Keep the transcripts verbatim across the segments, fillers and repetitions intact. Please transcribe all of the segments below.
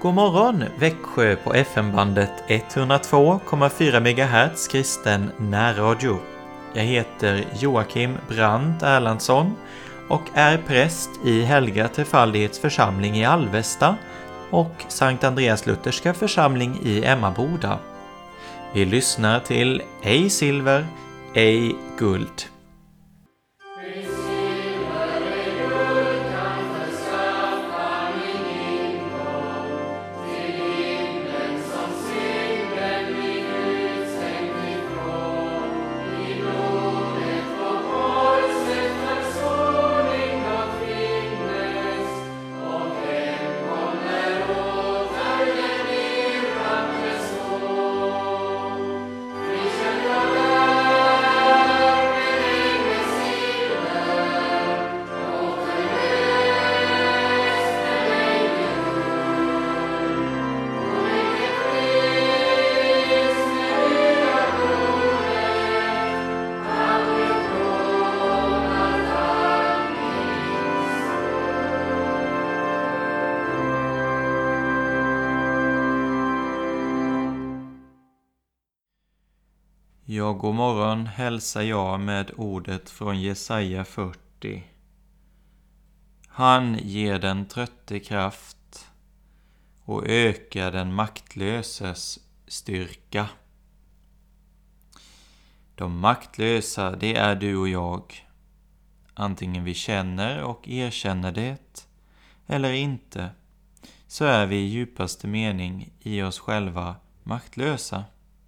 God morgon Växjö på F M-bandet etthundratvå komma fyra megahertz kristen närradio. Jag heter Joakim Brandt Erlandsson och är präst i Helga Trefaldighets församling i Alvesta och Sankt Andreas Lutherska församling i Emmaboda. Vi lyssnar till Ej silver, ej guld. Ja, god morgon hälsar jag med ordet från Jesaja fyrtio. Han ger den trötte kraft och ökar den maktlöses styrka. De maktlösa, det är du och jag. Antingen vi känner och erkänner det eller inte, så är vi i djupaste mening i oss själva maktlösa.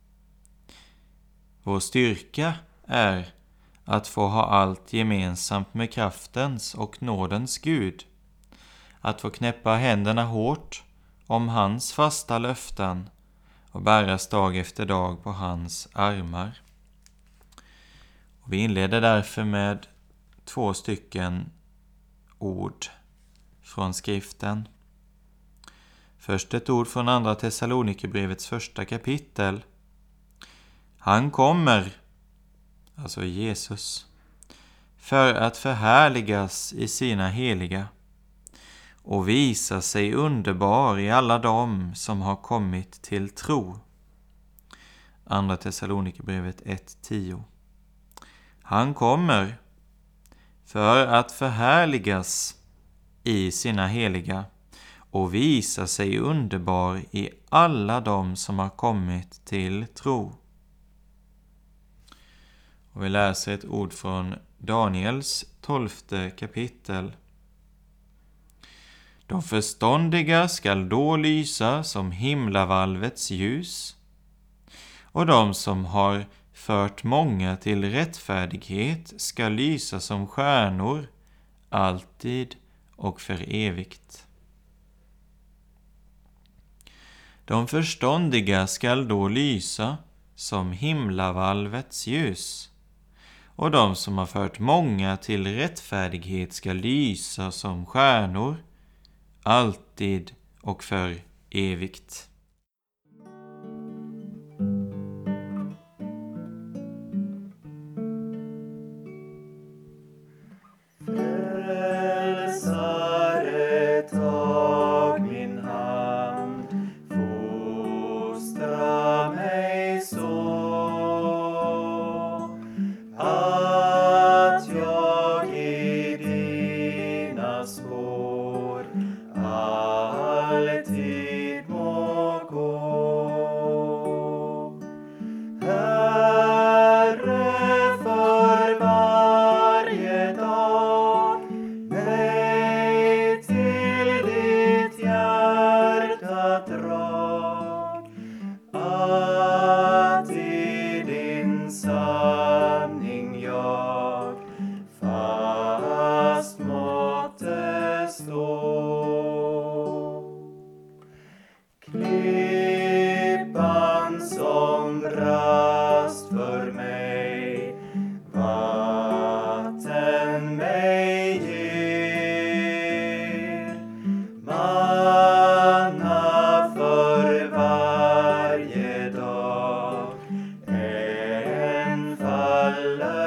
Vår styrka är att få ha allt gemensamt med kraftens och nådens Gud. Att få knäppa händerna hårt om hans fasta löften och bäras dag efter dag på hans armar. Och vi inleder därför med två stycken ord från skriften. Först ett ord från andra Thessalonikerbrevets första kapitel. Han kommer, alltså Jesus, för att förhärligas i sina heliga och visa sig underbar i alla dem som har kommit till tro. Andra Thessalonikerbrevet ett tio. Han kommer för att förhärligas i sina heliga och visa sig underbar i alla dem som har kommit till tro. Och vi läser ett ord från Daniels tolfte kapitel. De förståndiga skall då lysa som himlavalvets ljus, och de som har fört många till rättfärdighet ska lysa som stjärnor, alltid och för evigt. De förståndiga skall då lysa som himlavalvets ljus, och de som har fört många till rättfärdighet ska lysa som stjärnor, alltid och för evigt.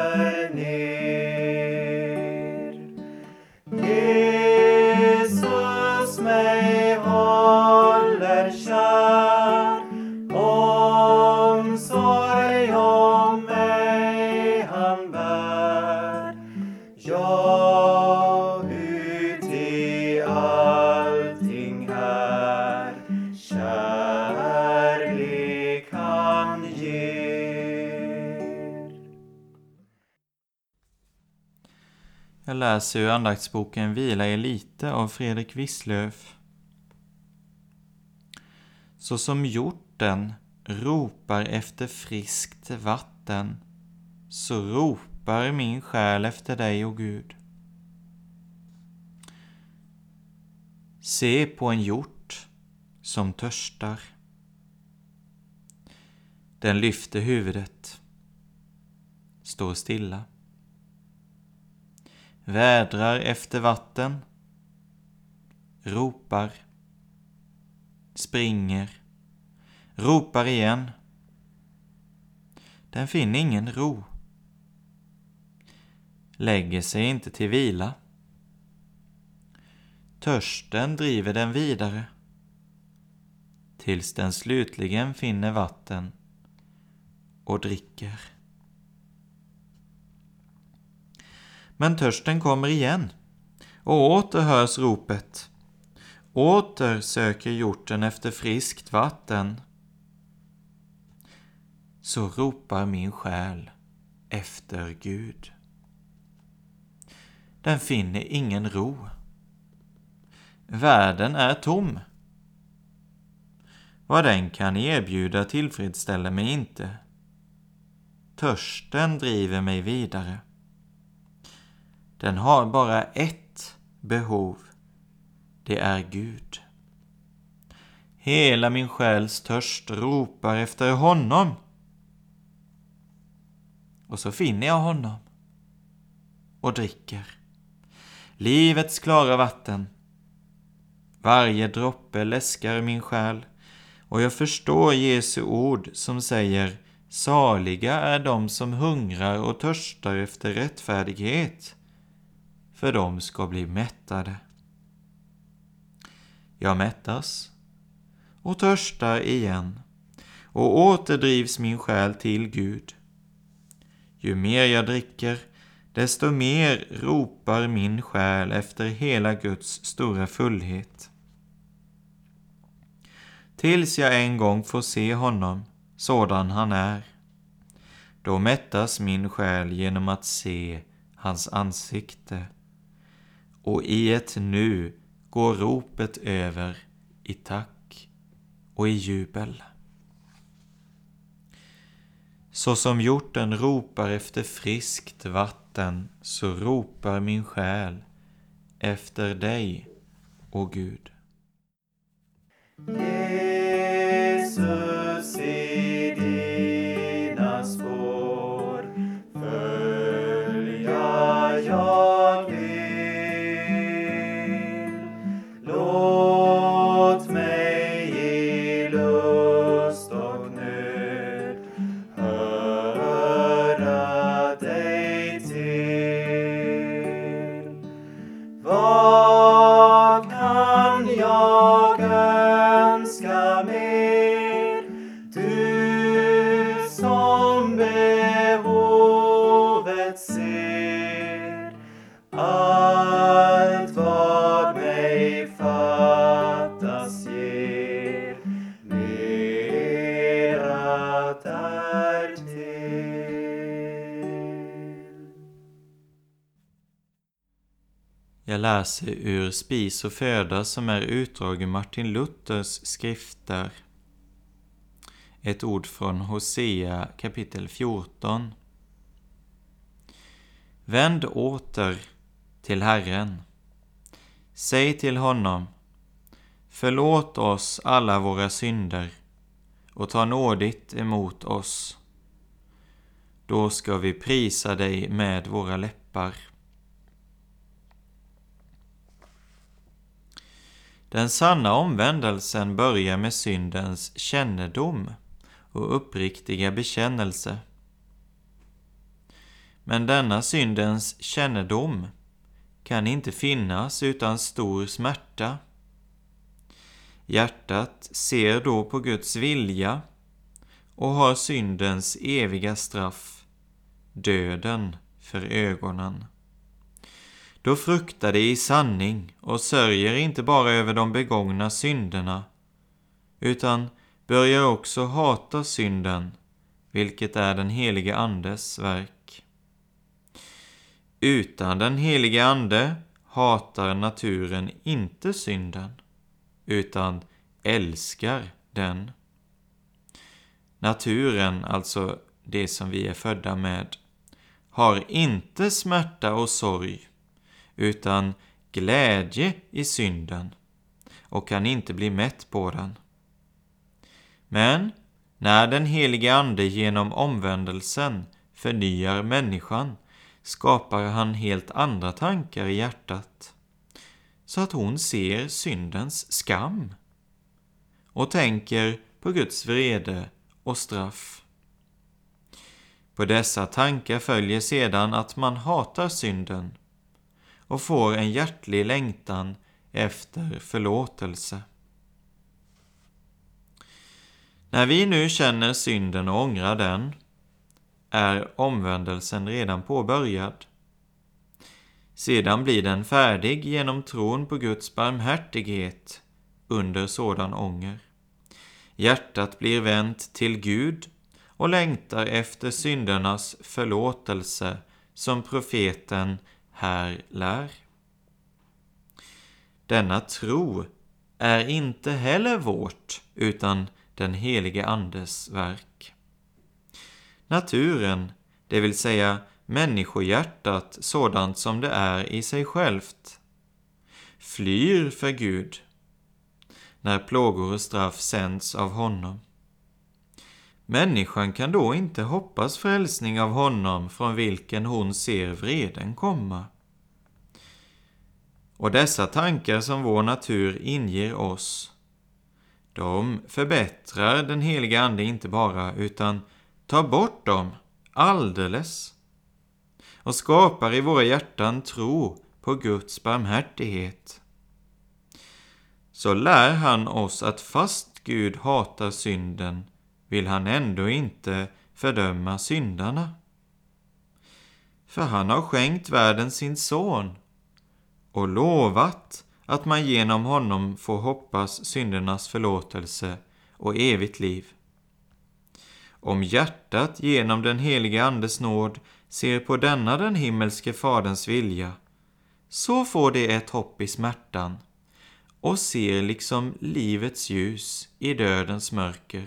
Jesus läser ur andaktsboken Vila er lite av Fredrik Wisslöf. Så som hjorten ropar efter friskt vatten, så ropar min själ efter dig, o Gud. Se på en hjort som törstar. Den lyfter huvudet, står stilla, vädrar efter vatten, ropar, springer, ropar igen. Den finner ingen ro, lägger sig inte till vila. Törsten driver den vidare, tills den slutligen finner vatten och dricker. Men törsten kommer igen, och åter hörs ropet. Åter söker hjorten efter friskt vatten. Så ropar min själ efter Gud. Den finner ingen ro. Världen är tom. Vad den kan erbjuda tillfredsställer mig inte. Törsten driver mig vidare. Den har bara ett behov. Det är Gud. Hela min själs törst ropar efter honom. Och så finner jag honom och dricker livets klara vatten. Varje droppe läskar min själ, och jag förstår Jesu ord som säger: saliga är de som hungrar och törstar efter rättfärdighet, för de ska bli mättade. Jag mättas och törstar igen, och återdrivs min själ till Gud. Ju mer jag dricker, desto mer ropar min själ efter hela Guds stora fullhet. Tills jag en gång får se honom sådan han är. Då mättas min själ genom att se hans ansikte. Och i ett nu går ropet över i tack och i jubel. Så som hjorten ropar efter friskt vatten, så ropar min själ efter dig, o Gud. Jesus, i dina spår följa jag vill. Låt mig i lust och nöd höra dig till. Vad kan jag önska mer, du som behovet ser? Allt vad mig fattas ger, mera därtill. Jag läser ur Spis och föda som är utdrag ur Martin Luthers skrifter. Ett ord från Hosea kapitel fjorton. Vänd åter till Herren. Säg till honom: förlåt oss alla våra synder och ta nådigt emot oss. Då ska vi prisa dig med våra läppar. Den sanna omvändelsen börjar med syndens kännedom och uppriktiga bekännelse. Men denna syndens kännedom kan inte finnas utan stor smärta. Hjärtat ser då på Guds vilja och har syndens eviga straff, döden, för ögonen. Då fruktar det i sanning och sörjer inte bara över de begångna synderna, utan börjar också hata synden, vilket är den helige Andes verk. Utan den helige ande hatar naturen inte synden, utan älskar den. Naturen, alltså det som vi är födda med, har inte smärta och sorg, utan glädje i synden och kan inte bli mätt på den. Men när den helige ande genom omvändelsen förnyar människan, skapar han helt andra tankar i hjärtat, så att hon ser syndens skam och tänker på Guds vrede och straff. På dessa tankar följer sedan att man hatar synden och får en hjärtlig längtan efter förlåtelse. När vi nu känner synden och ångrar den, är omvändelsen redan påbörjad. Sedan blir den färdig genom tron på Guds barmhärtighet under sådan ånger. Hjärtat blir vänt till Gud och längtar efter syndernas förlåtelse, som profeten här lär. Denna tro är inte heller vårt, utan den helige andes verk. Naturen, det vill säga människohjärtat sådant som det är i sig självt, flyr för Gud när plågor och straff sänds av honom. Människan kan då inte hoppas frälsning av honom från vilken hon ser vreden komma. Och dessa tankar som vår natur inger oss, de förbättrar den heliga ande inte bara, utan tar bort dem alldeles och skapar i våra hjärtan tro på Guds barmhärtighet. Så lär han oss att fast Gud hatar synden, vill han ändå inte fördöma syndarna. För han har skänkt världen sin son och lovat att man genom honom får hoppas syndernas förlåtelse och evigt liv. Om hjärtat genom den helige andes nåd ser på denna den himmelske faderns vilja, så får det ett hopp i smärtan och ser liksom livets ljus i dödens mörker.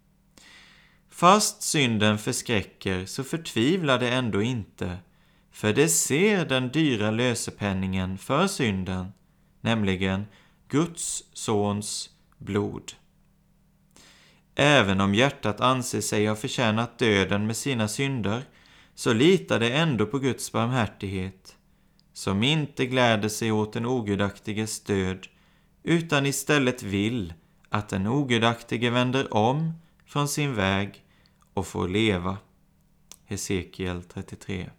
Fast synden förskräcker, så förtvivlar det ändå inte, för det ser den dyra lösepenningen för synden, nämligen Guds sons blod. Även om hjärtat anser sig ha förtjänat döden med sina synder, så litar det ändå på Guds barmhärtighet, som inte gläder sig åt den ogudaktiges död, utan istället vill att den ogudaktige vänder om från sin väg och får leva. Hesekiel trettiotre.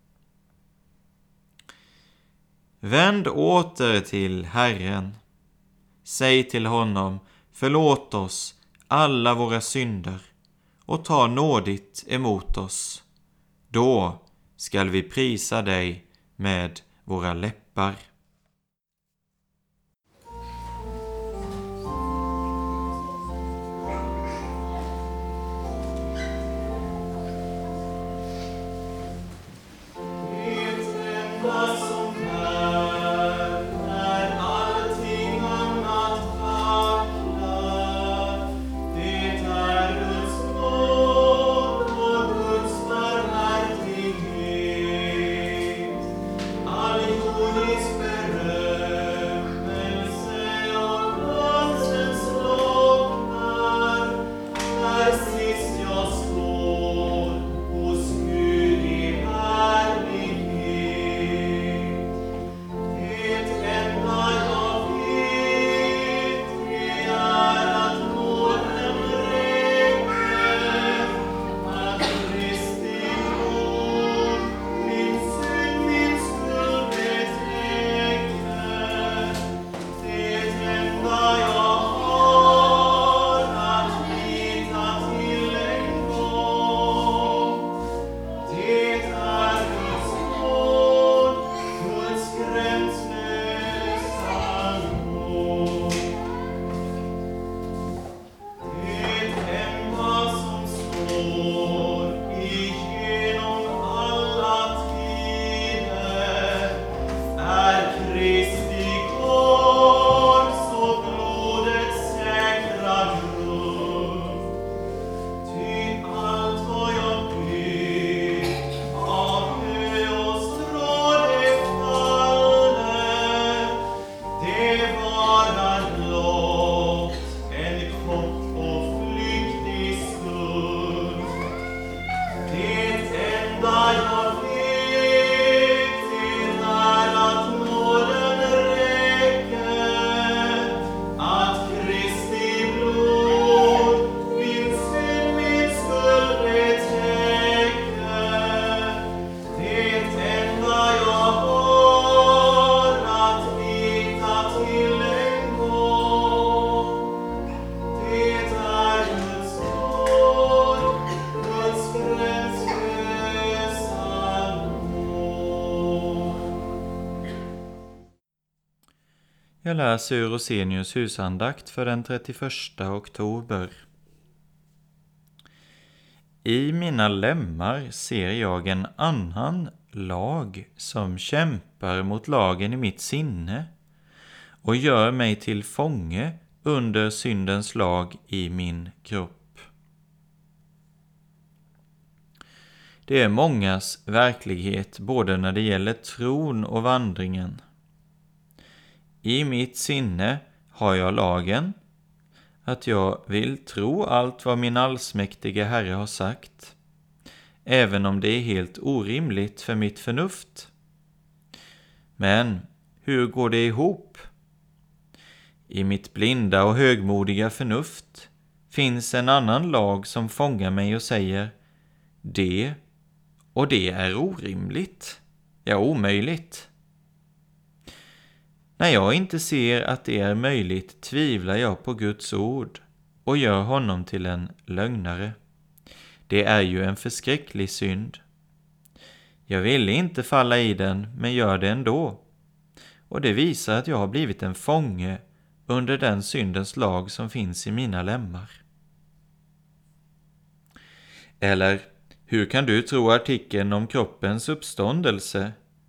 Vänd åter till Herren. Säg till honom: förlåt oss alla våra synder och ta nådigt emot oss. Då skall vi prisa dig med våra läppar. All Jag läser ur Rosenius husandakt för den trettioförsta oktober. I mina lemmar ser jag en annan lag som kämpar mot lagen i mitt sinne och gör mig till fånge under syndens lag i min kropp. Det är mångas verklighet både när det gäller tron och vandringen. I mitt sinne har jag lagen, att jag vill tro allt vad min allsmäktige Herre har sagt, även om det är helt orimligt för mitt förnuft. Men hur går det ihop? I mitt blinda och högmodiga förnuft finns en annan lag som fångar mig och säger: det och det är orimligt, ja omöjligt. När jag inte ser att det är möjligt tvivlar jag på Guds ord och gör honom till en lögnare. Det är ju en förskräcklig synd. Jag ville inte falla i den, men gör det ändå. Och det visar att jag har blivit en fånge under den syndens lag som finns i mina lemmar. Eller, hur kan du tro artikeln om kroppens uppståndelse?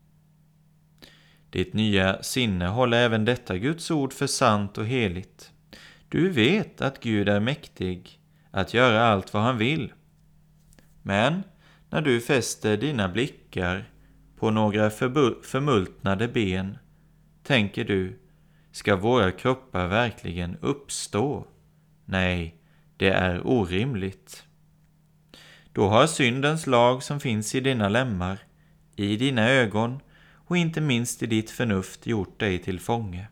Ditt nya sinne håller även detta Guds ord för sant och heligt. Du vet att Gud är mäktig att göra allt vad han vill. Men när du fäster dina blickar på några förbu- förmultnade ben, tänker du: ska våra kroppar verkligen uppstå? Nej, det är orimligt. Då har syndens lag som finns i dina lemmar, i dina ögon och inte minst i ditt förnuft gjort dig till fånge.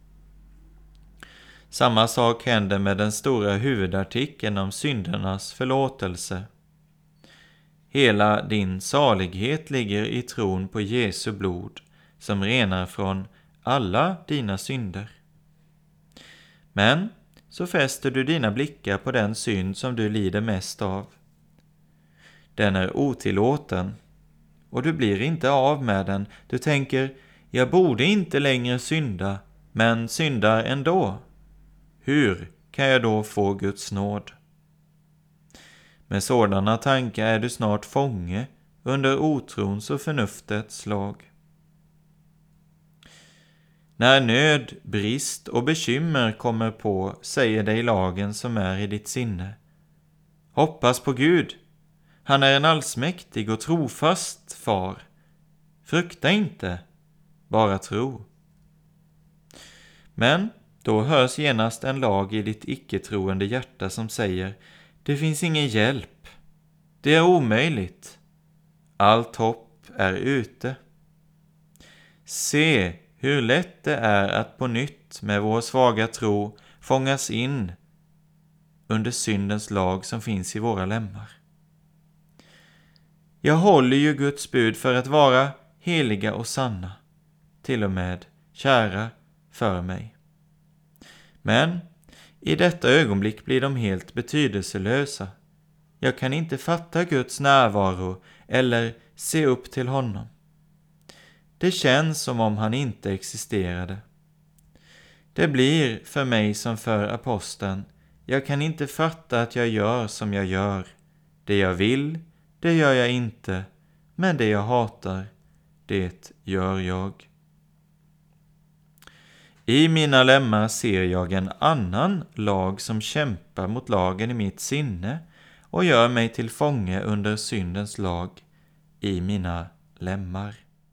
Samma sak händer med den stora huvudartikeln om syndernas förlåtelse. Hela din salighet ligger i tron på Jesu blod som renar från alla dina synder. Men så fäster du dina blickar på den synd som du lider mest av. Den är otillåten och du blir inte av med den. Du tänker: jag borde inte längre synda, men syndar ändå. Hur kan jag då få Guds nåd? Med sådana tankar är du snart fånge under otrons och förnuftets lag. När nöd, brist och bekymmer kommer på, säger dig lagen som är i ditt sinne: hoppas på Gud. Han är en allsmäktig och trofast far. Frukta inte, bara tro. Men då hörs genast en lag i ditt icke-troende hjärta som säger: det finns ingen hjälp. Det är omöjligt. Allt hopp är ute. Se hur lätt det är att på nytt med vår svaga tro fångas in under syndens lag som finns i våra lemmar. Jag håller ju Guds bud för att vara heliga och sanna, till och med kära för mig. Men i detta ögonblick blir de helt betydelselösa. Jag kan inte fatta Guds närvaro eller se upp till honom. Det känns som om han inte existerade. Det blir för mig som för aposteln: jag kan inte fatta att jag gör som jag gör. Det jag vill, det gör jag inte, men det jag hatar, det gör jag. I mina lemmar ser jag en annan lag som kämpar mot lagen i mitt sinne och gör mig till fånge under syndens lag i mina lemmar.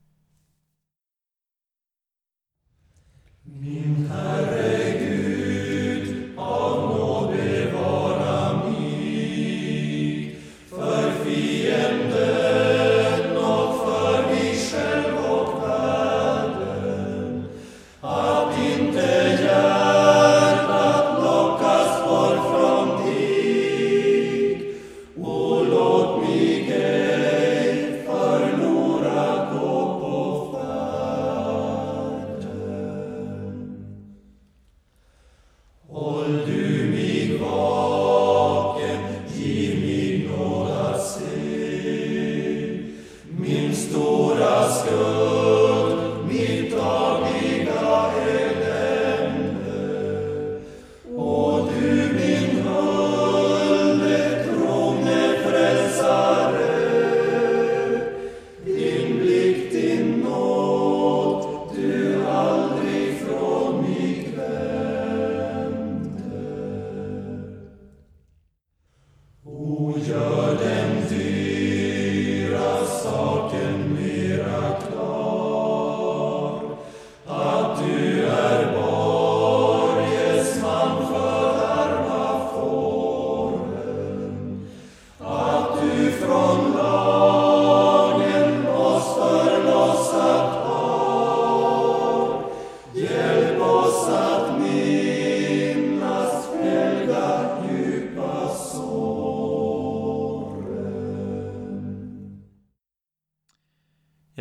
Min Herre Gud, av nåd bevara mig för fienden och för mig själv och världen, att inte hjärtat lockas bort från dig, och låt mig ej förlora gå på färden.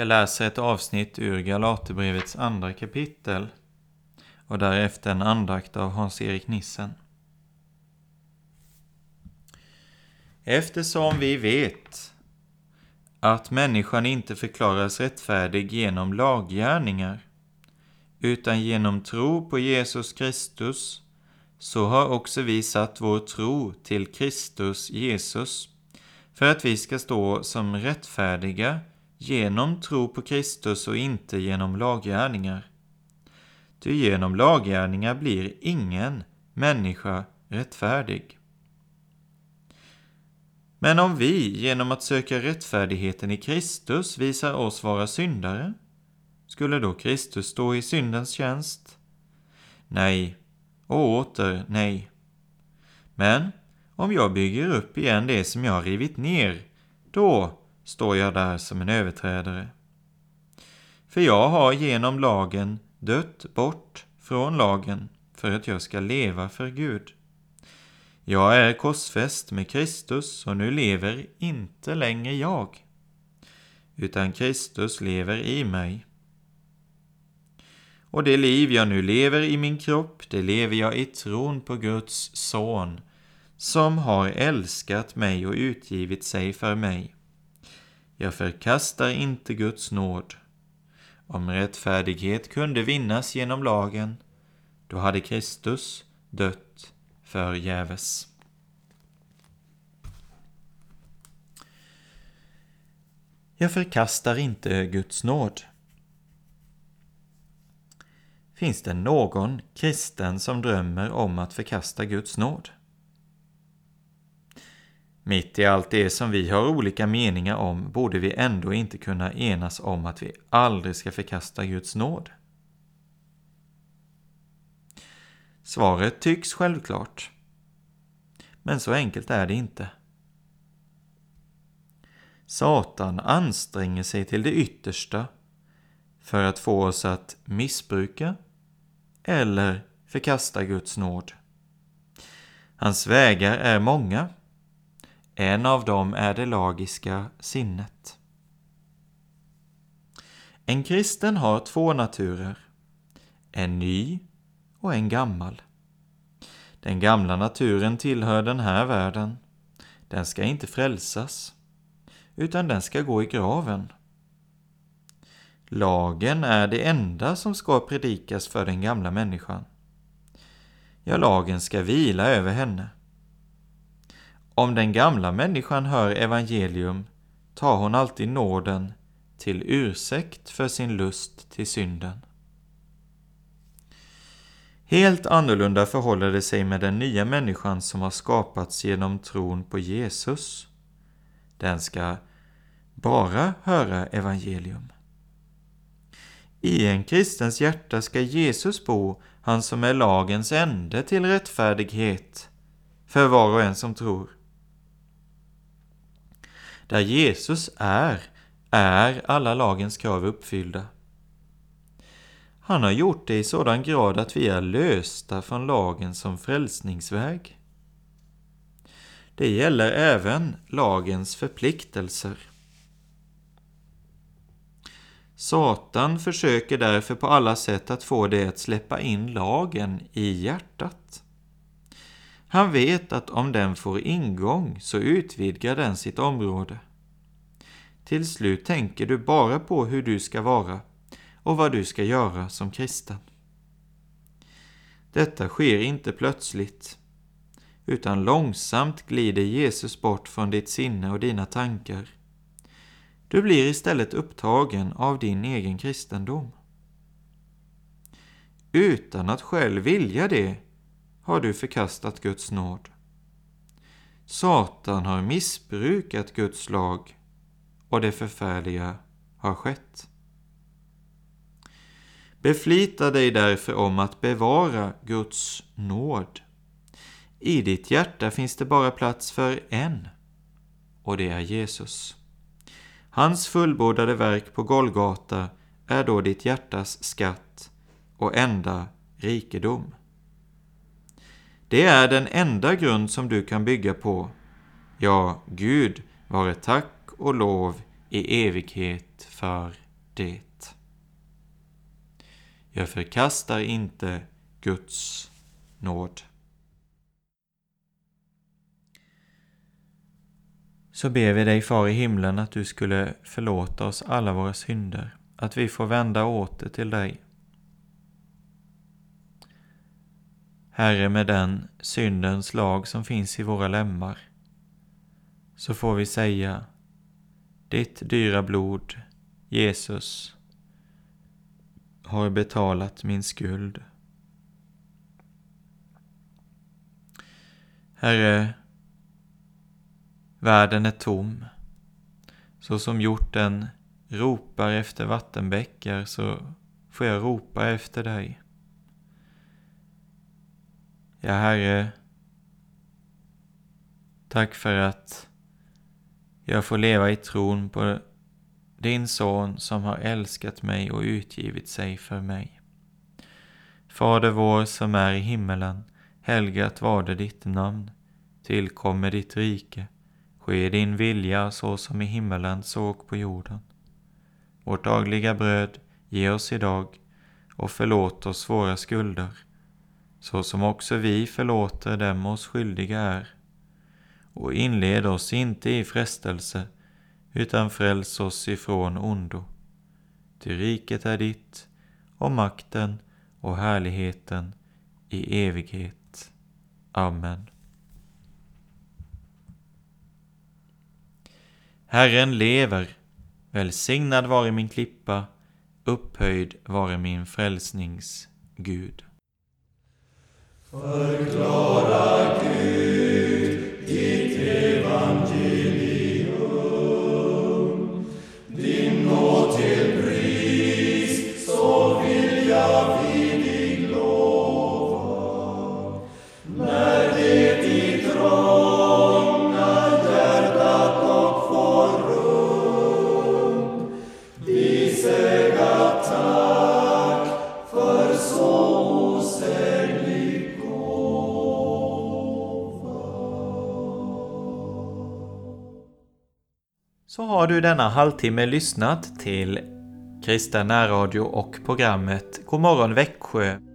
Jag läser ett avsnitt ur Galaterbrevets andra kapitel och därefter en andakt av Hans-Erik Nissen. Eftersom vi vet att människan inte förklaras rättfärdig genom laggärningar utan genom tro på Jesus Kristus, så har också vi satt vår tro till Kristus Jesus för att vi ska stå som rättfärdiga genom tro på Kristus och inte genom laggärningar. Ty genom laggärningar blir ingen människa rättfärdig. Men om vi genom att söka rättfärdigheten i Kristus visar oss vara syndare, skulle då Kristus stå i syndens tjänst? Nej, och åter nej. Men om jag bygger upp igen det som jag har rivit ner, då står jag där som en överträdare. För jag har genom lagen dött bort från lagen för att jag ska leva för Gud. Jag är korsfäst med Kristus och nu lever inte längre jag, utan Kristus lever i mig. Och det liv jag nu lever i min kropp, det lever jag i tron på Guds son, som har älskat mig och utgivit sig för mig. Jag förkastar inte Guds nåd. Om rättfärdighet kunde vinnas genom lagen, då hade Kristus dött förgäves. Jag förkastar inte Guds nåd. Finns det någon kristen som drömmer om att förkasta Guds nåd? Mitt i allt det som vi har olika meningar om borde vi ändå inte kunna enas om att vi aldrig ska förkasta Guds nåd. Svaret tycks självklart. Men så enkelt är det inte. Satan anstränger sig till det yttersta för att få oss att missbruka eller förkasta Guds nåd. Hans vägar är många. En av dem är det lagiska sinnet. En kristen har två naturer, en ny och en gammal. Den gamla naturen tillhör den här världen. Den ska inte frälsas, utan den ska gå i graven. Lagen är det enda som ska predikas för den gamla människan. Ja, lagen ska vila över henne. Om den gamla människan hör evangelium tar hon alltid nåden till ursäkt för sin lust till synden. Helt annorlunda förhåller det sig med den nya människan som har skapats genom tron på Jesus. Den ska bara höra evangelium. I en kristens hjärta ska Jesus bo, han som är lagens ände till rättfärdighet för var och en som tror. Där Jesus är, är alla lagens krav uppfyllda. Han har gjort det i sådan grad att vi är lösta från lagen som frälsningsväg. Det gäller även lagens förpliktelser. Satan försöker därför på alla sätt att få det att släppa in lagen i hjärtat. Han vet att om den får ingång så utvidgar den sitt område. Till slut tänker du bara på hur du ska vara och vad du ska göra som kristen. Detta sker inte plötsligt, utan långsamt glider Jesus bort från ditt sinne och dina tankar. Du blir istället upptagen av din egen kristendom. Utan att själv vilja det har du förkastat Guds nåd. Satan har missbrukat Guds lag och det förfärliga har skett. Beflita dig därför om att bevara Guds nåd. I ditt hjärta finns det bara plats för en, och det är Jesus. Hans fullbordade verk på Golgata är då ditt hjärtas skatt och enda rikedom. Det är den enda grund som du kan bygga på. Ja, Gud vare tack och lov i evighet för det. Jag förkastar inte Guds nåd. Så ber vi dig, Far i himlen, att du skulle förlåta oss alla våra synder, att vi får vända åter till dig. Herre, med den syndens lag som finns i våra lemmar, så får vi säga: ditt dyra blod, Jesus, har betalat min skuld. Herre, världen är tom. Så som hjorten ropar efter vattenbäckar, så får jag ropa efter dig. Ja, Herre, tack för att jag får leva i tron på din son som har älskat mig och utgivit sig för mig. Fader vår som är i himmelen, helgat varde ditt namn. Tillkommer ditt rike. Ske din vilja så som i himmelen så på jorden. Vårt dagliga bröd ge oss idag och förlåt oss våra skulder, så som också vi förlåter dem oss skyldiga är. Och inled oss inte i frestelse, utan fräls oss ifrån ondo. Ty riket är ditt, och makten och härligheten i evighet. Amen. Herren lever, välsignad vare min klippa, upphöjd vare min frälsnings Gud. Förklara Gud ditt evangelium, din nåd till pris, så vill jag vid dig lova. När det i trånga hjärtat och får rum, vi säga tack för så osäglig Så har du denna halvtimme lyssnat till Kristen närradio och programmet God morgon Växjö.